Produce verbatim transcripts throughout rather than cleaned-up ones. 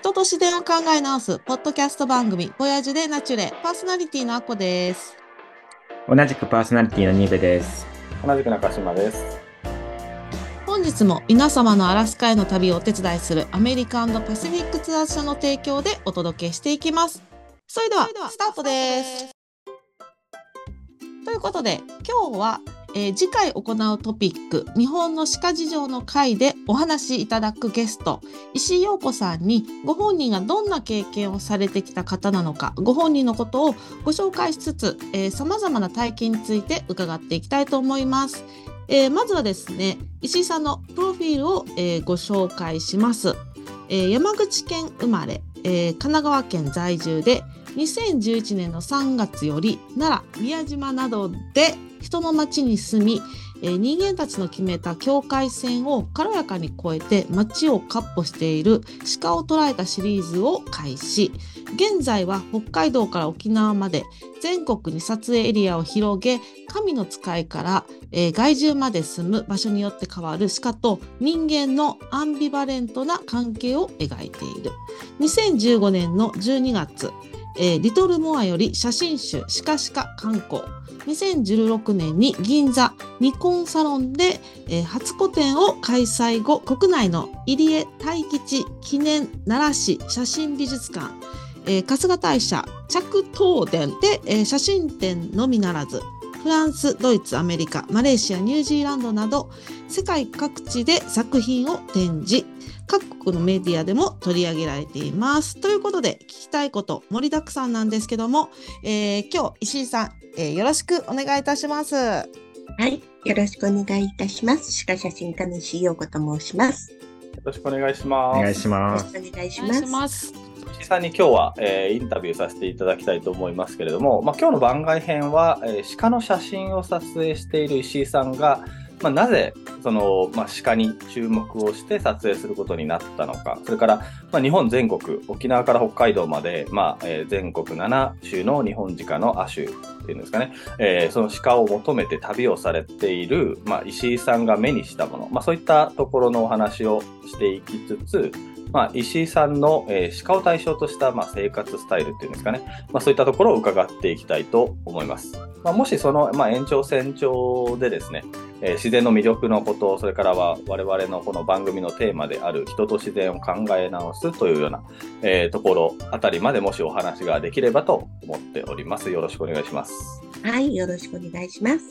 人と自然を考え直すポッドキャスト番組ボヤージュでナチュレ、パーソナリティのアコです。 同じくパーソナリティのニベです。 同じく中島です。 本日も皆様のアラスカへの旅をお手伝いするアメリカンドパシフィックツアー社の提供でお届けしていきます。それではスタートです。ということで今日は、えー、次回行うトピック、日本の歯科事情の回でお話しいただくゲスト、石井陽子さんにご本人がどんな経験をされてきた方なのか、ご本人のことをご紹介しつつ、えー、様々な体験について伺っていきたいと思います。えー、まずはですね、石井さんのプロフィールを、えー、ご紹介します。えー、山口県生まれ、えー、神奈川県在住で、にせんじゅういちねんのさんがつより奈良、宮島などで人の町に住み、えー、人間たちの決めた境界線を軽やかに越えて町を闊歩している鹿を捉えたシリーズを開始。現在は北海道から沖縄まで全国に撮影エリアを広げ、神の使いから、えー、害獣まで住む場所によって変わる鹿と人間のアンビバレントな関係を描いている。にせんじゅうごねんのじゅうにがつ、えー、リトルモアより写真集シカシカ観光、にせんじゅうろくねんに銀座ニコンサロンで、えー、初個展を開催後、国内の入江泰吉記念奈良市写真美術館、えー、春日大社着東殿で、えー、写真展のみならずフランス、ドイツ、アメリカ、マレーシア、ニュージーランドなど世界各地で作品を展示、各国のメディアでも取り上げられています。ということで聞きたいこと盛りだくさんなんですけども、えー、今日石井さん、えー、よろしくお願いいたします。はい、よろしくお願いいたします。歯科写真家の石井陽子と申します。 よろしくお願いします。 お願いします。 よろしくお願いします。 ます石井さんに今日は、えー、インタビューさせていただきたいと思いますけれども、まあ、今日の番外編は、えー、鹿の写真を撮影している石井さんが、まあ、なぜその、まあ、鹿に注目をして撮影することになったのか、それから、まあ、日本全国、沖縄から北海道まで、まあえー、全国ななしゅの日本鹿の亜種っていうんですかね、えー、その鹿を求めて旅をされている、まあ、石井さんが目にしたもの、まあ、そういったところのお話をしていきつつ、まあ、石井さんの、えー、鹿を対象とした、まあ、生活スタイルっていうんですかね、まあ、そういったところを伺っていきたいと思います。まあ、もしその、まあ、延長線上でですね、えー、自然の魅力のこと、それからは我々のこの番組のテーマである人と自然を考え直すというような、えー、ところあたりまでもしお話ができればと思っております。よろしくお願いします。 はい、よろしくお願いします。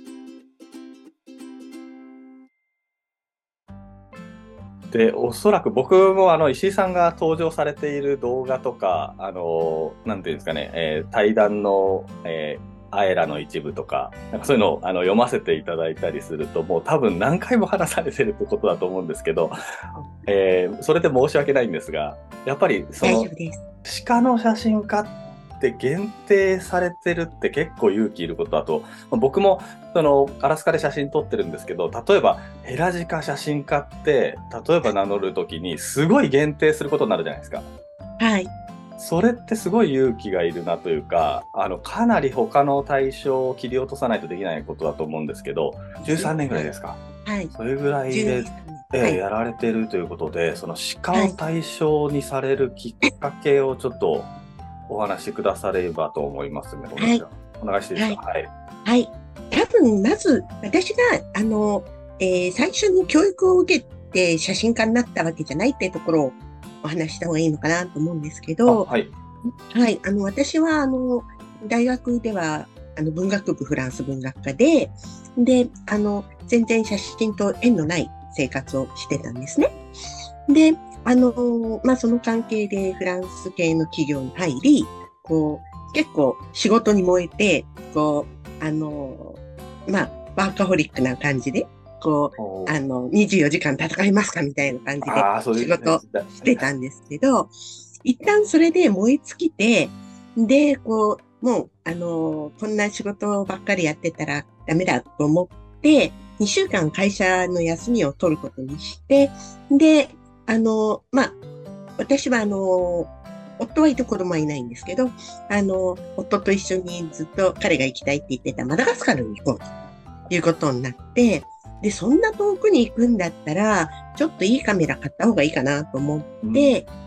で、おそらく僕もあの石井さんが登場されている動画とか、あの、なんていうんですかね、えー、対談の、えー、アエラの一部とか、なんかそういうのをあの読ませていただいたりすると、もう多分何回も話されてるってことだと思うんですけど、えー、それで申し訳ないんですが、やっぱりその鹿の写真家って限定されてるって結構勇気いることだと、僕もそのアラスカで写真撮ってるんですけど、例えばヘラジカ写真家って例えば名乗るときにすごい限定することになるじゃないですか。 はい。 それってすごい勇気がいるなというか、あのかなり他の対象を切り落とさないとできないことだと思うんですけど、じゅうさんねんぐらいですか。 はい。 それぐらいで、えーはい、やられているということで、その鹿を対象にされるきっかけをちょっとお話しくださればと思いますね。 はい、 お願いしていいですか。はい。 はい。多分まず私があの、えー、最初に教育を受けて写真家になったわけじゃないっていうところをお話した方がいいのかなと思うんですけど、 はい。 はい。あの、私は、あの、大学では、あの、文学部フランス文学科で、で、あの、全然写真と縁のない生活をしてたんですね。で、あの、まあ、その関係でフランス系の企業に入り、こう、結構仕事に燃えて、こう、あの、まあ、ワーカホリックな感じで、こう、あの、にじゅうよじかん戦いますかみたいな感じで仕事してたんですけど、一旦それで燃え尽きて、で、こう、もう、あの、こんな仕事ばっかりやってたらダメだと思って、にしゅうかん会社の休みを取ることにして、で、あの、まあ、私はあの、夫はいて子供はいないんですけど、あの、夫と一緒にずっと彼が行きたいって言ってたマダガスカルに行こうということになって、で、そんな遠くに行くんだったら、ちょっといいカメラ買った方がいいかなと思って、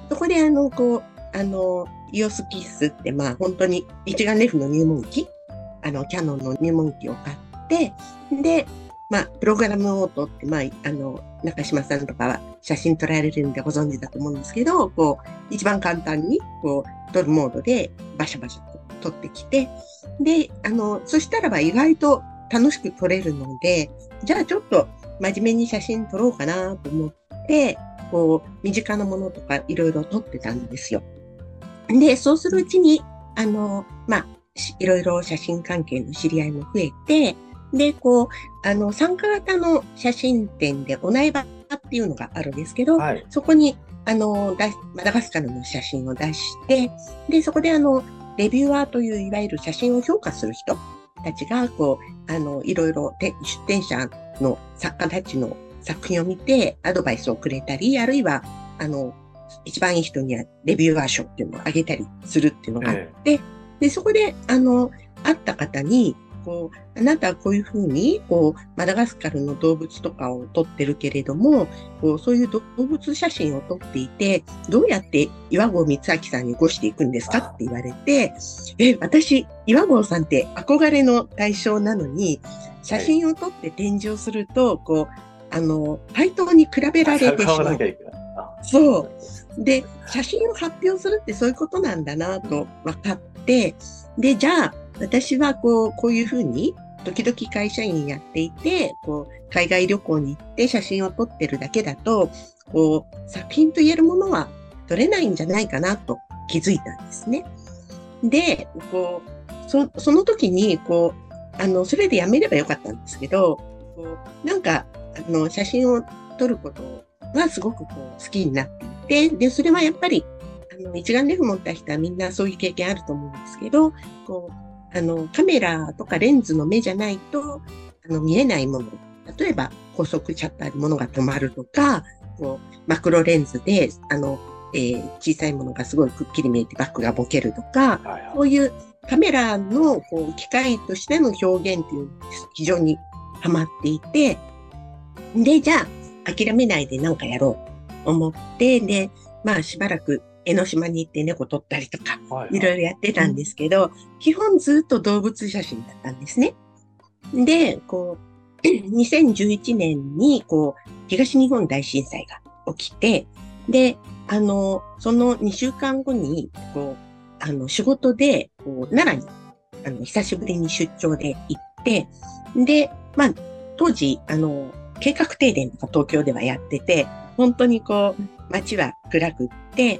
そこであの、こう、あの、イオスキッスって、まあ本当に一眼レフの入門機、あの、キャノンの入門機を買って、で、まあ、プログラムオートって、まあ、あの、中島さんとかは写真撮られるんでご存知だと思うんですけど、こう、一番簡単に、こう、撮るモードでバシャバシャと撮ってきて、で、あの、そしたらば意外と楽しく撮れるので、じゃあちょっと真面目に写真撮ろうかなと思って、こう、身近なものとかいろいろ撮ってたんですよ。で、そうするうちに、あの、まあ、いろいろ写真関係の知り合いも増えて、で、こう、あの、参加型の写真展でお苗場っていうのがあるんですけど、 はい、 そこに、あの、マダガスカルの写真を出して、で、そこであの、レビュアーといういわゆる写真を評価する人たちが、こう、あの、いろいろ出展者の作家たちの作品を見てアドバイスをくれたり、あるいは、あの、一番いい人にはレビュアー賞っていうのをあげたりするっていうのがあって、ええ、で、そこで、あの、会った方に、こう、あなたはこういうふうに、こう、マダガスカルの動物とかを撮ってるけれども、こう、そういう動物写真を撮っていて、どうやって岩合光明さんにごしていくんですかって言われて、え、私、岩合さんって憧れの対象なのに、写真を撮って展示をすると、こう、あの、対等に比べられてしまう。そう。で、写真を発表するってそういうことなんだなと分かって、で、じゃあ、私はこう、こういうふうに、時々会社員やっていて、こう、海外旅行に行って写真を撮ってるだけだと、こう、作品と言えるものは撮れないんじゃないかなと気づいたんですね。で、こう、そ、その時に、こう、あの、それでやめればよかったんですけど、こう、なんか、あの、写真を撮ることがすごくこう、好きになっていて、で、それはやっぱり、あの、一眼レフ持った人はみんなそういう経験あると思うんですけど、こう、あの、カメラとかレンズの目じゃないと、あの、見えないもの。例えば、高速シャッターで物が止まるとか、こう、マクロレンズで、あの、えー、小さいものがすごいくっきり見えてバックがボケるとか、はいはい、こういうカメラの、こう、機械としての表現っていうのに非常にハマっていて、で、じゃあ、諦めないでなんかやろうと思って、で、まあ、しばらく、江ノ島に行って猫撮ったりとか、はいはい、いろいろやってたんですけど、基本ずっと動物写真だったんですね。で、こう、にせんじゅういちねんに、こう、東日本大震災が起きて、で、あの、そのにしゅうかんごに、こう、あの、仕事で、こう、奈良に、あの、久しぶりに出張で行って、で、まあ、当時、あの、計画停電とか東京ではやってて、本当にこう、街は暗くって、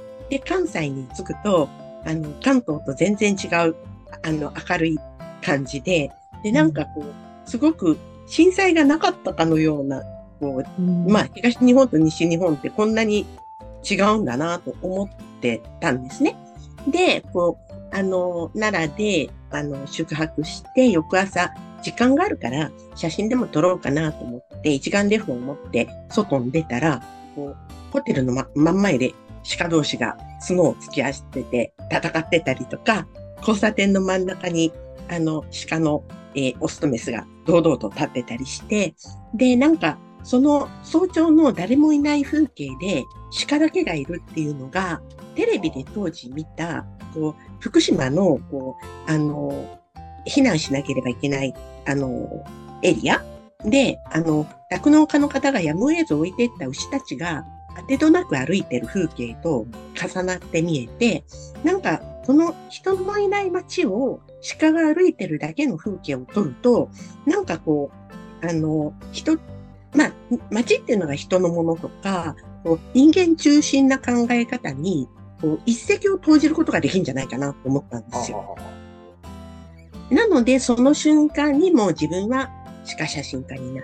で、関西に着くと、あの、関東と全然違う、あの、明るい感じで、で、なんかこう、すごく震災がなかったかのような、こう、うん、まあ、東日本と西日本ってこんなに違うんだなと思ってたんですね。で、こう、あの、奈良で、あの、宿泊して、翌朝、時間があるから、写真でも撮ろうかなと思って、一眼レフを持って、外に出たら、こう、ホテルの、ま、真ん前で、鹿同士が角を突き合わせてて戦ってたりとか、交差点の真ん中にあの鹿の、えー、オスとメスが堂々と立ってたりして、で、なんかその早朝の誰もいない風景で鹿だけがいるっていうのが、テレビで当時見た、こう、福島の、こう、あの、避難しなければいけない、あの、エリアで、あの、酪農家の方がやむを得ず置いていった牛たちが、当てどなく歩いてる風景と重なって見えて、なんか、この人のいない街を鹿が歩いてるだけの風景を撮ると、なんかこう、あの、人、まあ、街っていうのが人のものとか、こう人間中心な考え方に、こう一石を投じることができるんじゃないかなと思ったんですよ。なので、その瞬間にもう自分は鹿写真家になって、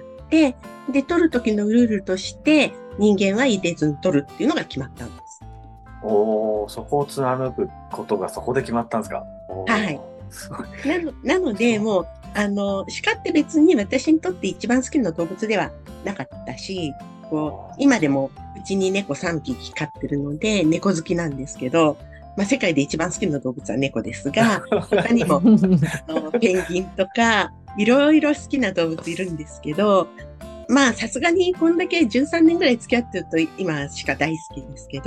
で、撮る時のルールとして、人間は入れずに撮るっていうのが決まったんです。 おー、そこを貫くことがそこで決まったんですか？ はい。なの、なので、もう、あの、鹿って別に私にとって一番好きな動物ではなかったし、こう、今でもうちに猫さんびき飼ってるので、猫好きなんですけど、まあ、世界で一番好きな動物は猫ですが、他にも、あの、ペンギンとか、いろいろ好きな動物いるんですけど、まあ、さすがにこんだけじゅうさんねんぐらい付き合ってると、今、鹿大好きですけど、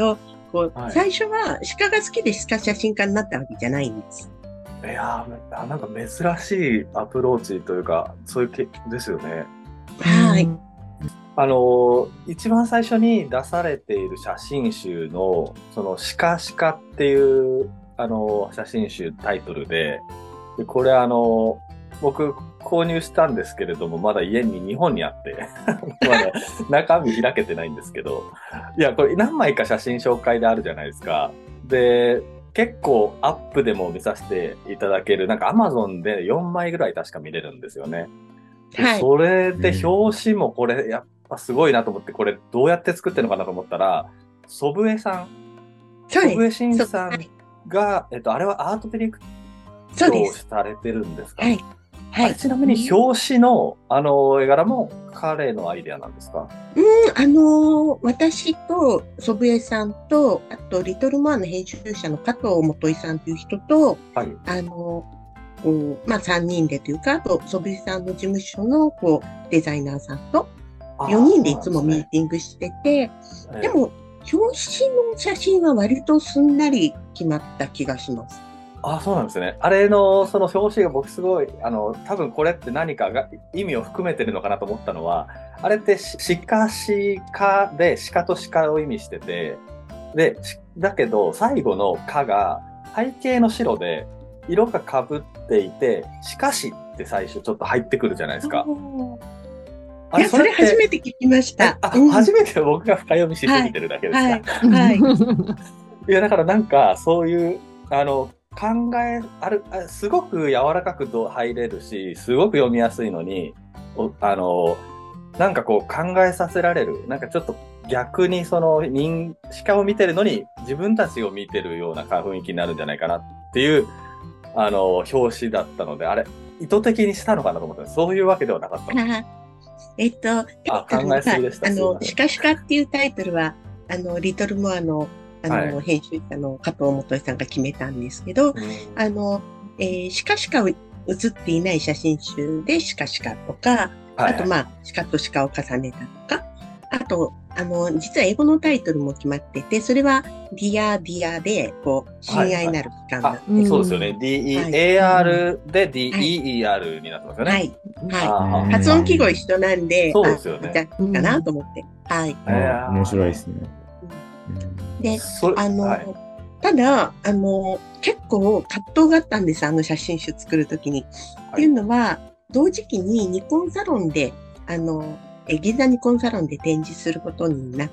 こう、 はい最初は鹿が好きで鹿写真家になったわけじゃないんです。 いやー、なんか珍しいアプローチというか、そういうけですよね。 はい。 あの、一番最初に出されている写真集の、その、シカシカっていう、あの、写真集タイトルで、でこれあの、僕購入したんですけれども、まだ家に日本にあって、まだ中身開けてないんですけど、いや、これ何枚か写真紹介であるじゃないですか。で、結構アップでも見させていただける、なんか Amazon でよんまいぐらい確か見れるんですよね。 はい。 それで表紙もこれやっぱすごいなと思って、これどうやって作ってるのかなと思ったら、祖父江さん、 そう祖父江です。 慎さんそうはいが、えっと、あれはアートディレクそうでトをす。 されてるんですか？ はい。 あれはい。 ちなみに表紙の、あの、絵柄も彼のアイデアなんですか？ うん、あのー私と祖父江さんと、あと、リトルモアの編集者の加藤元井さんという人と、 はい。 あのーうんまあ、さんにんでというか、あと、祖父江さんの事務所の、こう、デザイナーさんと、よにんでいつもミーティングしてて、 ででも、表紙の写真は割とすんなり決まった気がします。 あ、そうなんですね。あれの、その表紙が僕すごい、あの、多分これって何かが意味を含めてるのかなと思ったのは、あれってし、鹿鹿で、鹿と鹿を意味してて、で、しだけど、最後の鹿が背景の白で、色が被っていて、しかしって最初ちょっと入ってくるじゃないですか。 いや、それ初めて聞きましえた。 あ、 うん初めて僕が深読みしすぎてるだけですか。 はい。はい。 いや、だからなんか、そういう、あの、考え、ある、あすごく柔らかくど入れるし、すごく読みやすいのに、おあの、なんかこう考えさせられる。なんかちょっと逆にその人、鹿を見てるのに自分たちを見てるような雰囲気になるんじゃないかなっていう、あの、表紙だったので、あれ、意図的にしたのかなと思ったんです。そういうわけではなかったの。 あえっと、 あタイトルは考えすぎでしたあの、 すいませんシカシカっていうタイトルは、あの、リトルモアの、あの、 はい編集者の加藤元井さんが決めたんですけど、 うんあの、えー、シカシカ写っていない写真集でシカシカとか、 はいあと、まあ、鹿と鹿を重ねたとか、あと、あの、実は英語のタイトルも決まってて、それは、ディアディアで、こう、親愛なる期間だって。 うんそうですよね。ディーイーエーアール で ディーイーイーアール になってますよね。 はい。 あはーい。発音記号一緒なんで、 そうですよねあじゃあかなと思って。はい。 あ面白いですね。 で、 それあの、 はいただ、あの、結構葛藤があったんです、あの写真集作るときに。っていうのは、同時期にニコンサロンで、あの、え銀座ニコンサロンで展示することになって、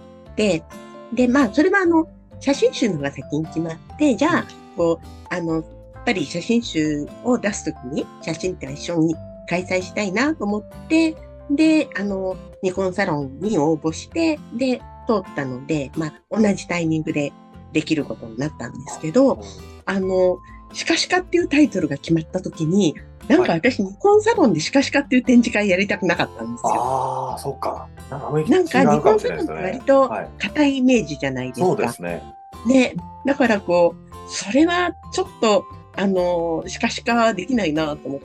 で、まあ、それはあの、写真集の方が先に決まって、じゃあ、こう、あの、やっぱり写真集を出すときに、写真展一緒に開催したいなと思って、で、あの、ニコンサロンに応募して、で、通ったので、まあ、同じタイミングでできることになったんですけど、あの、シカシカっていうタイトルが決まったときに、なんか私、ニコンサロンでシカシカっていう展示会やりたくなかったんですよ。 ああ、そっか。なんか雰囲気違なんかニうかもコンサロンっしれないですね。 て割とはい、 硬いイメージじゃないですか。 そうですね。 ね。だからこう、それはちょっと、あの、シカシカできないなと思って、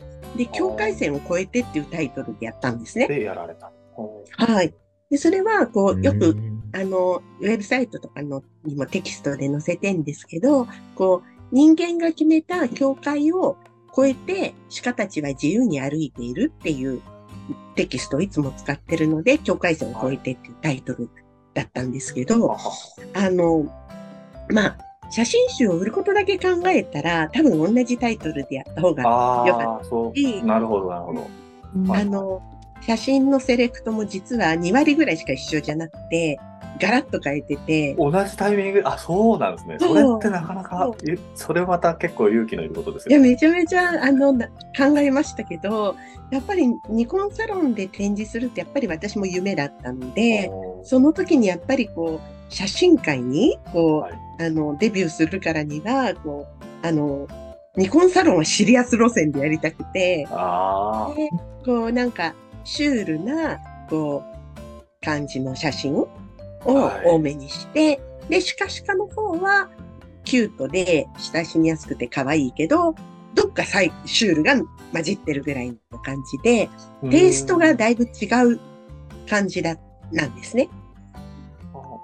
で、境界線を越えてっていうタイトルでやったんですね。 で、やられた。ほはい。で、それは、こう、よく、 うんあの、ウェブサイトとかのにもテキストで載せてんですけど、こう、人間が決めた境界を越えて、鹿たちは自由に歩いているっていうテキストをいつも使ってるので、境界線を越えてっていうタイトルだったんですけど、 ああの、まあ、写真集を売ることだけ考えたら、多分同じタイトルでやった方が、よかあー、そう。なるほど、なるほど。はいあの、写真のセレクトも実はに割ぐらいしか一緒じゃなくて、ガラッと変えてて、 同じタイミング、あ、そうなんですね。それってなかなか、ゆそれまた結構勇気のいることですいや、 よね。 めちゃめちゃ、あの、な考えましたけど、やっぱりニコンサロンで展示するってやっぱり私も夢だったので、 おーその時にやっぱりこう、写真界に、こう、 はいあの、デビューするからには、こう、あの、ニコンサロンはシリアス路線でやりたくて、 あでこう、なんか、シュールな、こう、感じの写真をはい多めにして、で、シカシカの方は、キュートで親しみやすくて可愛いけど、どっかサイシュールが混じってるぐらいの感じで、 あ。 テイストがうんだいぶ違う感じだ、なんですね。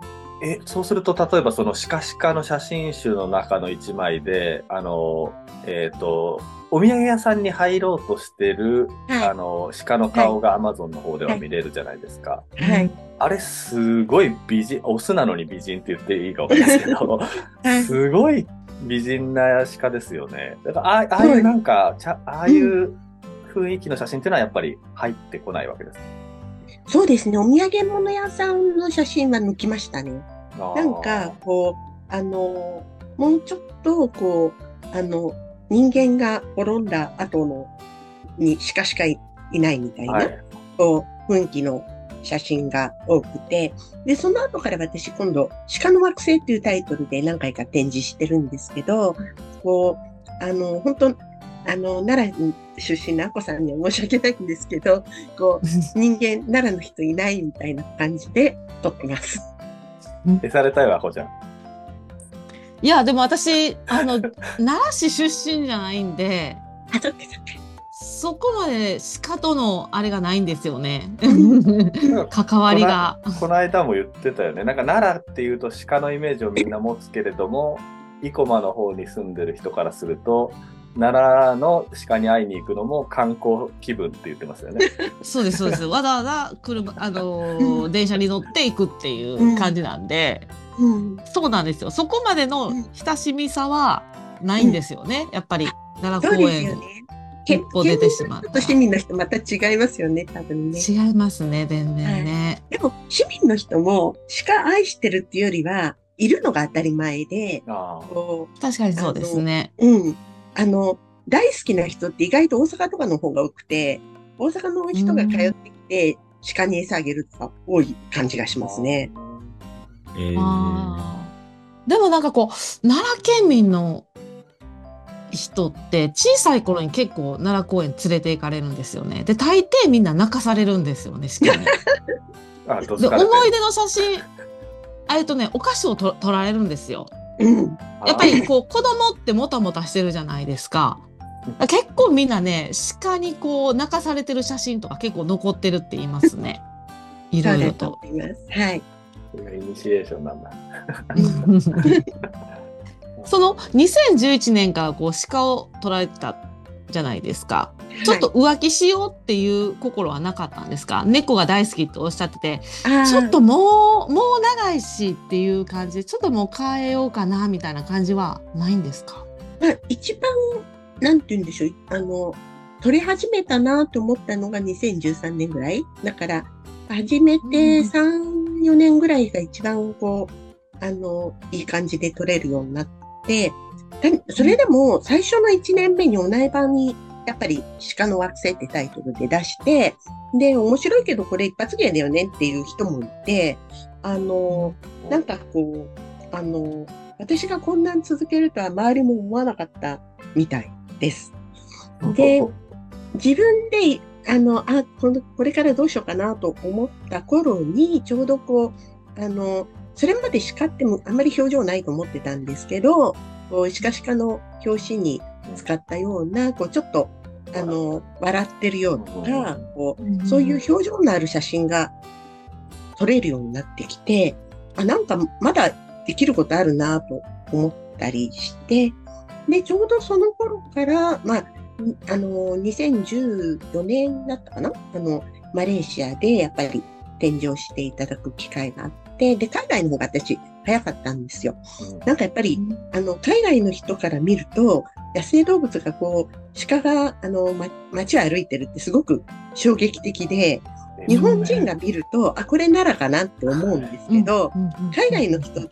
え、そうすると、例えばそのシカシカの写真集の中の一枚で、あの、えっと、お土産屋さんに入ろうとしてる、 はい。 あの、鹿の顔が Amazon の方では見れるじゃないですか。 はい。 あれ、すごい美人、オスなのに美人って言っていいかわかんないですけど、 はいすごい美人な鹿ですよね。だからああ、ああいうなんか、ちゃああいう雰囲気の写真っていうのはやっぱり入ってこないわけです。 そうですね。お土産物屋さんの写真は抜きましたね。なんか、こう、あの、もうちょっと、こう、あの、人間が転んだ後の、に鹿しかいないみたいな、 はい、 こう、雰囲気の写真が多くて、で、その後から私今度、鹿の惑星っていうタイトルで何回か展示してるんですけど、こう、あの、本当あの、奈良出身のあこさんには申し訳ないんですけど、こう、人間、奈良の人いないみたいな感じで撮ってます。 消されたいわ、ほちゃん。 いや、でも私、あの、奈良市出身じゃないんで、 あ、そっかそっか。 そこまで鹿とのあれがないんですよね。関わりが。 この、この間も言ってたよね。なんか奈良っていうと鹿のイメージをみんな持つけれども、生駒の方に住んでる人からすると、奈良の鹿に会いに行くのも観光気分って言ってますよね。 そうです、そうです。わざわざ車、あのー、電車に乗っていくっていう感じなんで、 うん、 そうなんですよ。そこまでの親しみさはないんですよね。やっぱり奈良公園一歩出てしまった。 市民の人また違いますよね、多分ね。 違いますね、全然ね。 はい、でも市民の人も鹿愛してるっていうよりは、いるのが当たり前で、 こう確かにそうですね。 うん。あの、大好きな人って意外と大阪とかの方が多くて、大阪の人が通ってきて、鹿に餌あげるとか多い感じがしますね。 えー、 あでもなんかこう、奈良県民の人って小さい頃に結構奈良公園連れて行かれるんですよね。で、大抵みんな泣かされるんですよね、鹿に。 あどで、思い出の写真、あれとね、お菓子をと撮られるんですよ。 うん、 やっぱりこう子供ってもたもたしてるじゃないですか。結構みんなね、鹿にこう泣かされてる写真とか結構残ってるって言いますね。いろいろと。 そうだと思います。はい。 それがイニシエーションなんだ。 そのにせんじゅういちねんからこう鹿を捕らえたじゃないですか。ちょっと浮気しようっていう心はなかったんですか？猫が大好きっておっしゃってて、ちょっともう、もう長いしっていう感じで、ちょっともう変えようかなみたいな感じはないんですか？ まあ、一番、なんて言うんでしょう、あの、撮り始めたなと思ったのがにせんじゅうさんねんぐらい。だから、始めてさん、よねんぐらいが一番こう、あの、いい感じで撮れるようになって、それでも最初のいちねんめにお苗場にやっぱり鹿の惑星ってタイトルで出して、で、面白いけどこれ一発芸だよねっていう人もいて、あの、なんかこう、あの、私がこんなん続けるとは周りも思わなかったみたいです。で、自分で、あの、あ、この、これからどうしようかなと思った頃に、ちょうどこう、あの、それまで鹿ってもあんまり表情ないと思ってたんですけど、こう、鹿鹿の表紙に使ったような、こう、ちょっと、あの、笑ってるようとか、こう、そういう表情のある写真が撮れるようになってきて、あ、なんかまだできることあるなと思ったりして、で、ちょうどその頃から、まあ、あの、にせんじゅうよねんだったかな？あの、マレーシアでやっぱり展示をしていただく機会があって、で、海外の方が私早かったんですよ。なんかやっぱり、あの、海外の人から見ると、野生動物がこう、鹿が、あの、ま、街を歩いてるってすごく衝撃的で、日本人が見ると、あ、これ奈良かなって思うんですけど、海外の人って、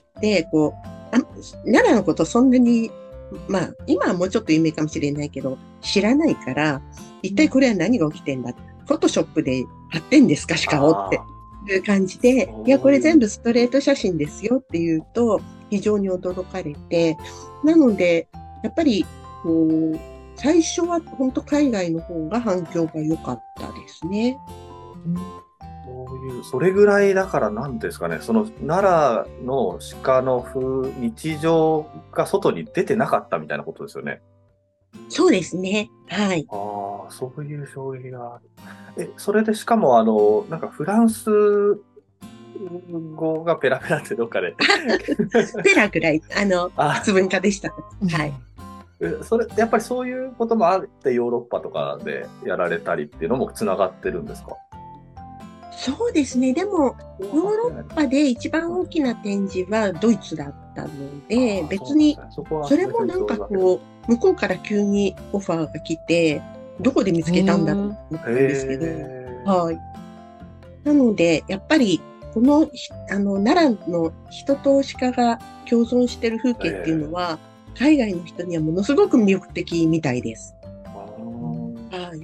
こう、あ、奈良のことそんなに、まあ、今はもうちょっと有名かもしれないけど、知らないから、一体これは何が起きてんだ？フォトショップで貼ってんですか、鹿をっていう感じで、いや、これ全部ストレート写真ですよっていうと、非常に驚かれて、なので、やっぱり、こう、最初は本当海外の方が反響が良かったですね。 そういう、それぐらいだからなんですかね、その奈良の鹿の風、日常が外に出てなかったみたいなことですよね。 そうですね。はい。 ああ、そういう衝撃がある。え、それでしかもあの、なんかフランス語がペラペラってどっかで。 ペラぐらい、あの、 あ普通文化でした。はい。 えそれ、やっぱりそういうこともあってヨーロッパとかでやられたりっていうのもつながってるんですか？ そうですね。でも、ヨーロッパで一番大きな展示はドイツだったので、別に、それもなんかこう、向こうから急にオファーが来て、どこで見つけたんだと思ったんですけど、はい。なので、やっぱり、この、あの、奈良の人と鹿が共存している風景っていうのは、海外の人にはものすごく魅力的みたいです。はい。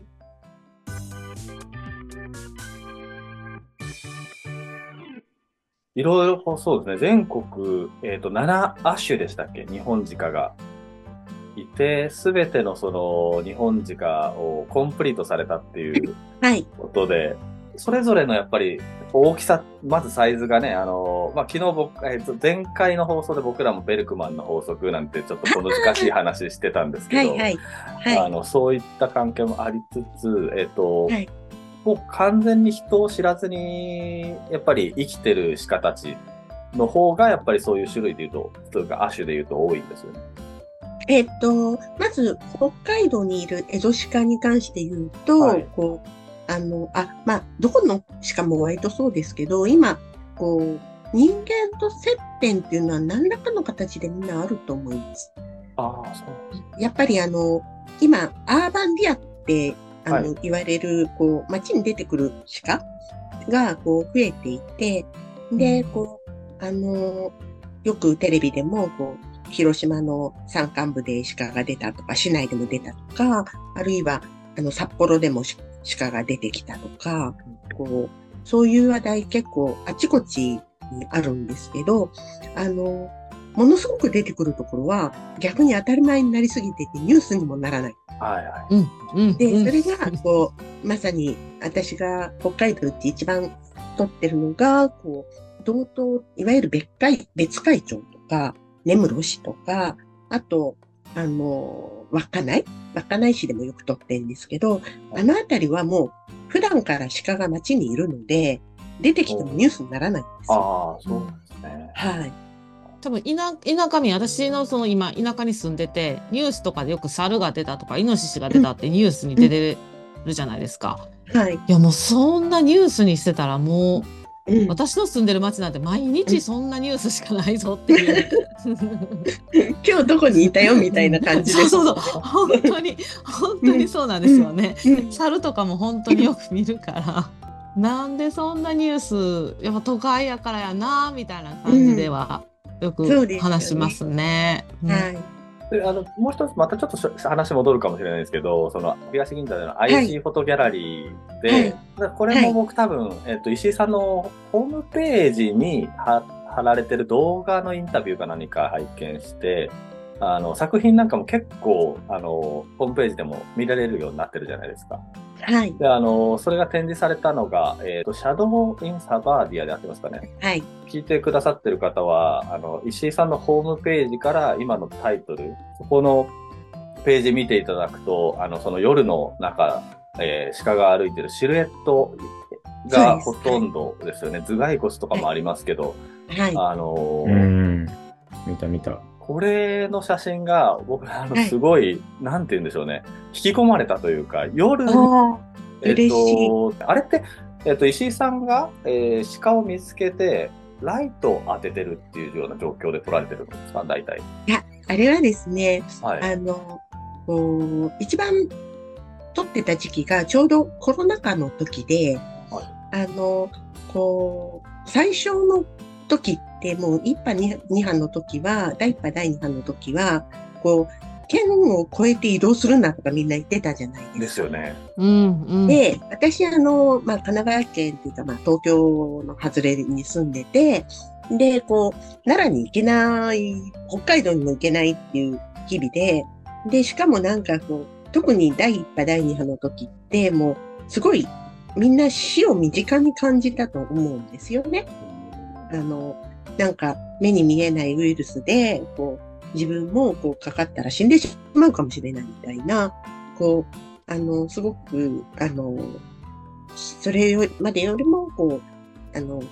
いろいろそうですね、全国、えっと、なな亜種でしたっけ、日本鹿がいて、すべてのその日本鹿をコンプリートされたっていうことで、はい、それぞれのやっぱり大きさ、まずサイズがね、あの、まあ、昨日僕、えっと、前回の放送で僕らもベルクマンの法則なんてちょっと小難しい話してたんですけど、はいはいはい、あのそういった関係もありつつ、えっと、はい、もう完全に人を知らずに、やっぱり生きてる鹿たちの方が、やっぱりそういう種類で言うと、というか亜種で言うと多いんですよね。 えっと、まず、北海道にいるエゾシカに関して言うと、はい、こう、あの、あ、まあ、どこの鹿も割とそうですけど、今、こう、人間と接点っていうのは何らかの形でみんなあると思います。 ああ、そうです。 やっぱりあの、今、アーバンディアって、あの、はい、言われる、こう、街に出てくる鹿が、こう、増えていて、で、こう、あの、よくテレビでも、こう、広島の山間部で鹿が出たとか、市内でも出たとか、あるいは、あの、札幌でも鹿が出てきたとか、こう、そういう話題結構あちこちにあるんですけど、あの、ものすごく出てくるところは逆に当たり前になりすぎててニュースにもならない。 はいはい。 で、それが、こう、まさに私が北海道って一番撮ってるのが、こう、道東、いわゆる別海、別海町とか、根室市とか、あと、あの、稚内稚内市でもよく撮ってるんですけど、あのあたりはもう、普段から鹿が街にいるので、出てきてもニュースにならないんですよ。 ああ、そうなんですね。 はい。 多分、田舎民、私のその今、田舎に住んでて、ニュースとかでよく猿が出たとか、イノシシが出たってニュースに出てるじゃないですか。 うん、はい。いや、もうそんなニュースにしてたらもう、うん、私の住んでる町なんて毎日そんなニュースしかないぞっていう。 今日どこにいたよみたいな感じです、 そうそうそう。本当に、本当にそうなんですよね。うんうん、猿とかも本当によく見るから。なんでそんなニュース、やっぱ都会やからやな、みたいな感じでは、よく話しますね。 うん、はい。 で、あの、もう一つ、またちょっと話戻るかもしれないですけど、その、東銀座での アイシー フォトギャラリーで、はい、これも僕多分、えっと、石井さんのホームページに貼られてる動画のインタビューか何か拝見して、あの、作品なんかも結構、あの、ホームページでも見られるようになってるじゃないですか。 はい。 で、あの、それが展示されたのが、えっと、シャドウ・イン・サバーディアであってますかね。 はい。 聞いてくださってる方は、あの、石井さんのホームページから今のタイトル、そこのページ見ていただくと、あの、その夜の中、えー、鹿が歩いてるシルエットがほとんどですよね。頭蓋骨とかもありますけど、 はい。 あのー、うん。見た見た。 これの写真が僕、あの、すごい、はい、なんて言うんでしょうね。引き込まれたというか、夜、 えっと、 あれって、えっと、石井さんが、えー、鹿を見つけて、ライトを当ててるっていうような状況で撮られてるんですか、大体。 いや、あれはですね、はい、あの、こう、一番撮ってた時期がちょうどコロナ禍の時で、はい、あの、こう、最初の時ってもう一波二波の時は、第一波第二波の時は、こう、県を越えて移動するんだとかみんな言ってたじゃないですか。 ですよね。 うんうん、 で、私あの、まあ、神奈川県っていうか、まあ、東京の外れに住んでて、で、こう、奈良に行けない、北海道にも行けないっていう日々で、で、しかもなんかこう、特に第一波第二波の時って、もう、すごい、みんな死を身近に感じたと思うんですよね。あの、なんか、目に見えないウイルスで、こう、自分もこうかかったら死んでしまうかもしれないみたいな、こう、あの、すごく、あの、それまでよりも、こう、あの、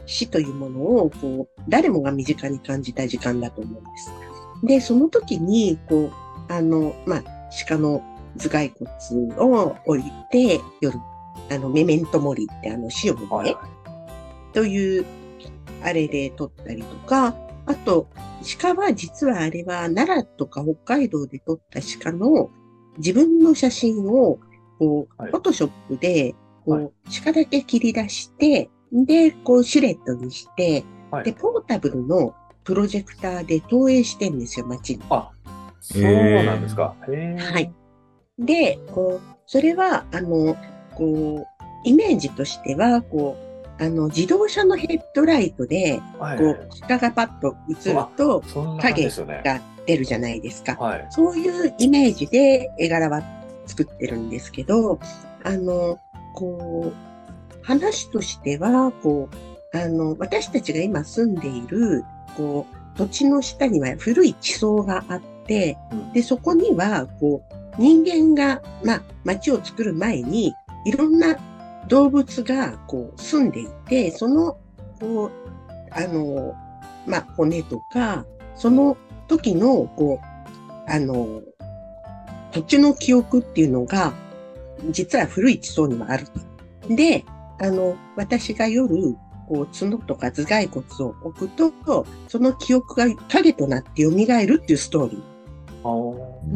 死というものを、こう、誰もが身近に感じた時間だと思うんです。で、その時に、こう、あの、まあ、鹿の頭蓋骨を置いて、夜、あの、メメントモリってあの、死をね、はい、という、あれで撮ったりとか、あと、鹿は実はあれは奈良とか北海道で撮った鹿の自分の写真を、こう、はい、フォトショップで、こう、はい、鹿だけ切り出して、で、こう、シュレットにして、はい、で、ポータブルのプロジェクターで投影してんですよ、街に。 あ、そうなんですか。 へー。はい。で、こう、それは、あの、こう、イメージとしては、こう、あの、自動車のヘッドライトで、はい、こう、鹿がパッと映ると、影が出るじゃないですか。はい、そういうイメージで絵柄は作ってるんですけど、あの、こう、話としては、こう、あの、私たちが今住んでいる、こう、土地の下には古い地層があって、うん、で、そこには、こう、人間が、まあ、町を作る前に、いろんな動物が、こう、住んでいて、その、こう、あの、まあ、骨とか、その時の、こう、あの、土地の記憶っていうのが、実は古い地層にもあると。で、あの、私が夜、こう、角とか頭蓋骨を置くと、その記憶が影となって蘇るっていうストーリー。 うん、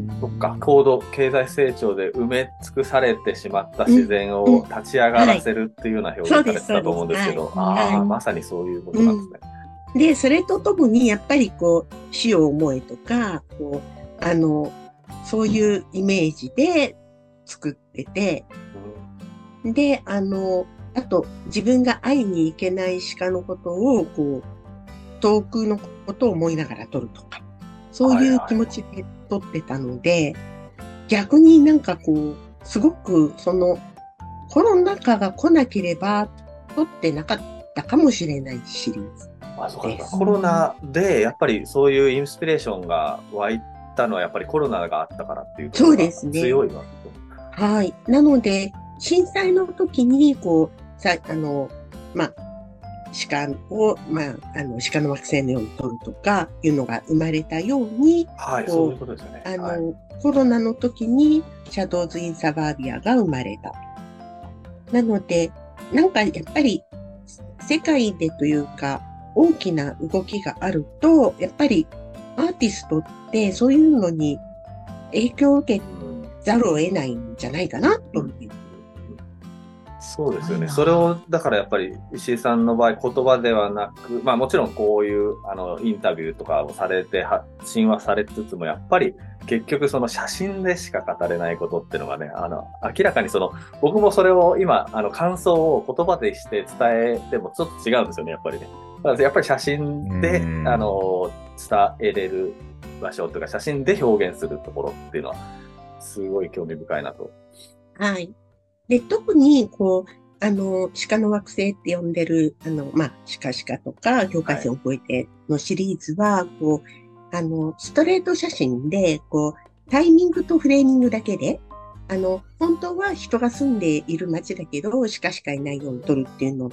そっか、高度経済成長で埋め尽くされてしまった自然を立ち上がらせるっていうような表現されてたと思うんですけど、ああ、まさにそういうことなんですね。 うん、で、それとともにやっぱりこう、死を思えとか、こう、あの、そういうイメージで作ってて、うん、で、あの、あと自分が会いに行けない鹿のことを、こう、遠くのことを思いながら撮るとか。そういう気持ちで撮ってたので、はいはい、逆になんかこう、すごくその、コロナ禍が来なければ撮ってなかったかもしれないシリーズです。 あ、そうか。コロナでやっぱりそういうインスピレーションが湧いたのはやっぱりコロナがあったからっていうところが強いわけですね。 はい。なので、震災の時にこう、さ、あの、まあ、鹿を、まあ、あの、鹿の惑星のように撮るとかいうのが生まれたように、 はい、そういうことですよね。 あの、 はい、 コロナの時に、シャドウズ・イン・サバービアが生まれた。なので、なんかやっぱり、世界でというか、大きな動きがあると、やっぱり、アーティストってそういうのに影響を受けざるを得ないんじゃないかな、という。 そうですよね。それを、だからやっぱり石井さんの場合言葉ではなく、まあもちろんこういうあのインタビューとかをされて発信はされつつも、やっぱり結局その写真でしか語れないことっていうのがね、あの、明らかにその、僕もそれを今、あの感想を言葉でして伝えてもちょっと違うんですよね、やっぱりね。だからやっぱり写真で、あの、伝えれる場所というか、写真で表現するところっていうのは、すごい興味深いなと。 はい。で、特に、こう、あの、鹿の惑星って呼んでる、あの、まあ、鹿鹿とか、境界線を越えてのシリーズは、はい、こう、あの、ストレート写真で、こう、タイミングとフレーミングだけで、あの、本当は人が住んでいる街だけど、鹿しかいないように撮るっていうのって、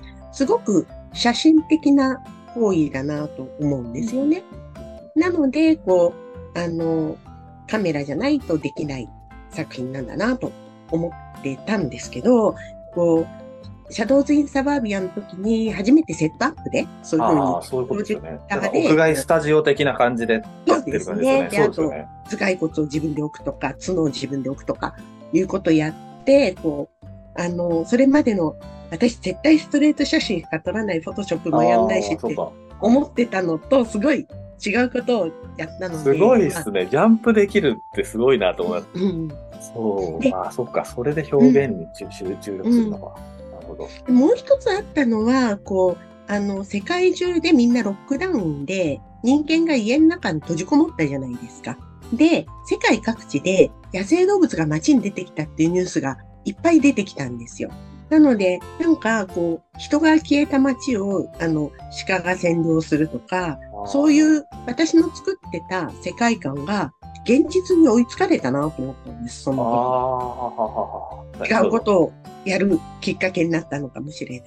すごく写真的な行為だなと思うんですよね。なので、こう、あの、カメラじゃないとできない作品なんだなと思ってたんですけど、こう、シャドウズ・イン・サバービアの時に初めてセットアップで、そういうふうに、 ああ、そういうことですよね。屋外スタジオ的な感じでやってる感じですね。 で、あと、頭蓋骨を自分で置くとか、角を自分で置くとか、いうことをやって、こう、あの、それまでの、私絶対ストレート写真しか撮らない、フォトショップもやんないしって思ってたのと、すごい違うことをやったので。 すごいですね。ジャンプできるってすごいなと思います。うん、そう。あ、そっか。それで表現に集中力するのか。うん、なるほど。 もう一つあったのは、こう、あの、世界中でみんなロックダウンで人間が家の中に閉じこもったじゃないですか。で、世界各地で野生動物が街に出てきたっていうニュースがいっぱい出てきたんですよ。なので、なんか、こう、人が消えた街を、あの、鹿が占領するとか、そういう私の作ってた世界観が現実に追いつかれたなと思ったんです、その時。違うことをやるきっかけになったのかもしれない。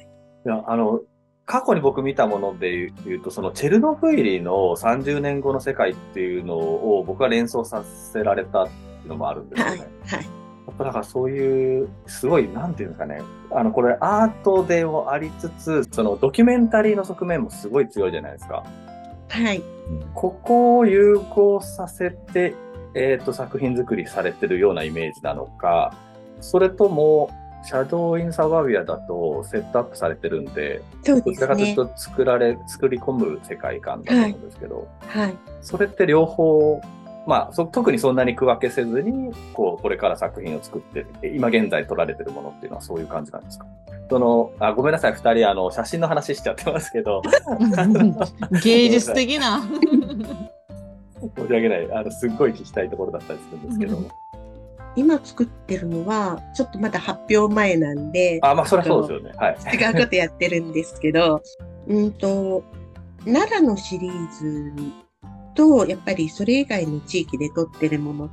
いや、あの、過去に僕見たもので言うと、そのチェルノブイリのさんじゅうねんごの世界っていうのを僕は連想させられたっていうのもあるんですよはい、 ね。 はい。 やっぱだからそういう、すごい、なんていうんですかね。あの、これアートでもありつつ、そのドキュメンタリーの側面もすごい強いじゃないですか。 はい。 ここを融合させて、えっと、作品作りされてるようなイメージなのか、それとも、シャドウ・イン・サバビアだとセットアップされてるんで、 そうどちらかというですね。 と作られ、作り込む世界観だと思うんですけど、 はい。 それって両方、まあそ、特にそんなに区分けせずに、こう、これから作品を作ってる、今現在撮られてるものっていうのはそういう感じなんですか？その、あ、ごめんなさい、二人、あの、写真の話しちゃってますけど、 芸術的な。 申し訳ない。あの、すっごい聞きたいところだったりするんですけど。 今作ってるのは、ちょっとまだ発表前なんで、 あ、まあ、それはそうですよね。はい。 違うことやってるんですけど、うんと、奈良のシリーズと、やっぱりそれ以外の地域で撮ってるものって、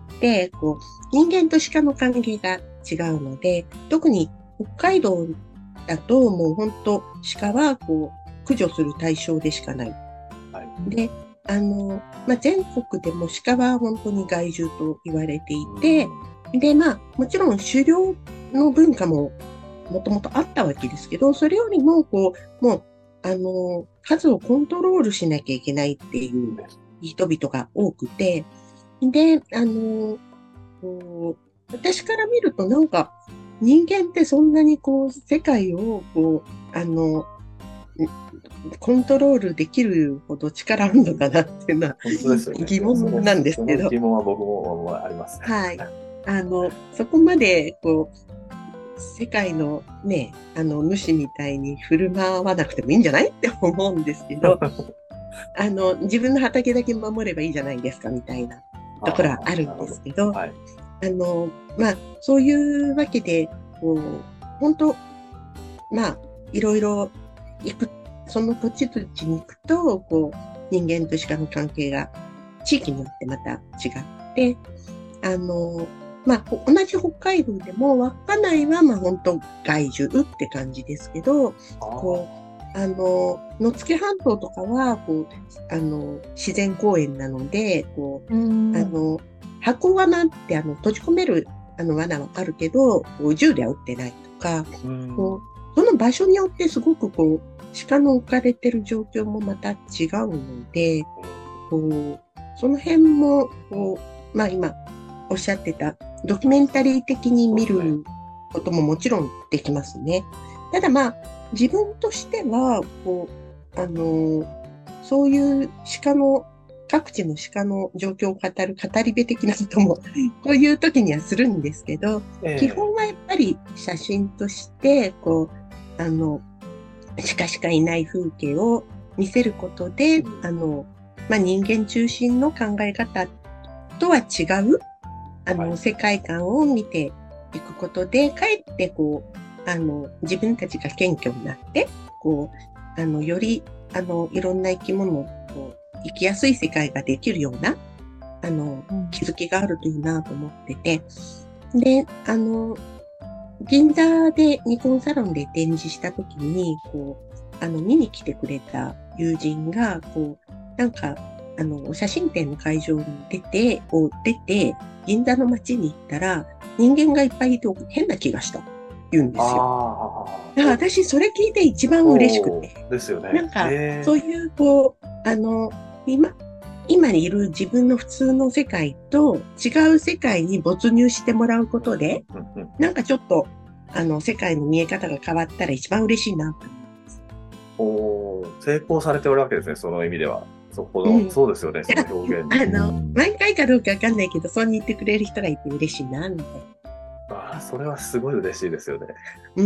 こう、人間と鹿の関係が違うので、特に北海道だともう本当鹿はこう、駆除する対象でしかない。 はい、 で、あの、まあ、全国でも鹿は本当に害獣と言われていて、で、まあ、もちろん狩猟の文化ももともとあったわけですけど、それよりも、こう、もう、あの、数をコントロールしなきゃいけないっていう人々が多くて、で、あの、こう私から見るとなんか、人間ってそんなにこう、世界を、こう、あの、コントロールできるほど力あるのかなっていうのは、 本当ですよね、 疑問なんですけど。 その疑問は僕もあります。 はい。あの、そこまで、こう、世界のね、あの、主みたいに振る舞わなくてもいいんじゃないって思うんですけど、あの、自分の畑だけ守ればいいじゃないですかみたいなところはあるんですけど、あ、はい、あの、まあ、そういうわけで、こう、本当まあ、いろいろ行く、その土地土地に行くと、こう、人間と鹿の関係が地域によってまた違って、あの、まあ、同じ北海道でも稚内はまあ本当害獣って感じですけど、こう、あの、野付半島とかは、こう、あの、自然公園なので、こう、あの、箱罠ってあの、閉じ込めるあの罠はあるけど、こう銃では撃ってないとか、こう、その場所によってすごくこう、鹿の置かれてる状況もまた違うので、こう、その辺も、こう、まあ今、おっしゃってた、ドキュメンタリー的に見ることももちろんできますね。ただまあ、自分としては、こう、あの、そういう鹿の、各地の鹿の状況を語る語り部的なことも、こういう時にはするんですけど、えー、基本はやっぱり写真として、こう、あの、鹿しかいない風景を見せることで、あの、まあ、人間中心の考え方とは違う、あの、はい、世界観を見ていくことで、かえってこう、あの、自分たちが謙虚になって、こう、あの、より、あの、いろんな生き物を生きやすい世界ができるような、あの、気づきがあるといいなと思ってて、で、あの、銀座でニコンサロンで展示したときに、こう、あの、見に来てくれた友人が、こう、なんか、あの、写真展の会場に出て、を出て、銀座の街に行ったら、人間がいっぱいいて変な気がした。言うんですよ。だから私、それ聞いて一番嬉しくて。 ですよね。 なんか、そういう、こう、あの、今、今にいる自分の普通の世界と違う世界に没入してもらうことで、なんかちょっと、あの、世界の見え方が変わったら一番嬉しいなと思います。 おー、成功されておるわけですね、その意味では。そこの、うん、そうですよね、その表現。 あの、毎回かどうかわかんないけど、そうに言ってくれる人がいて嬉しいな、みたいな。 ああ、それはすごい嬉しいですよね。 うん。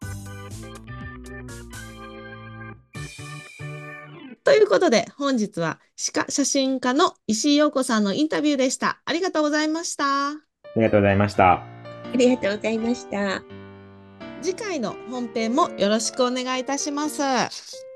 ということで、本日は鹿写真家の石井陽子さんのインタビューでした。ありがとうございました。 ありがとうございました。 ありがとうございました。 次回の本編もよろしくお願いいたします。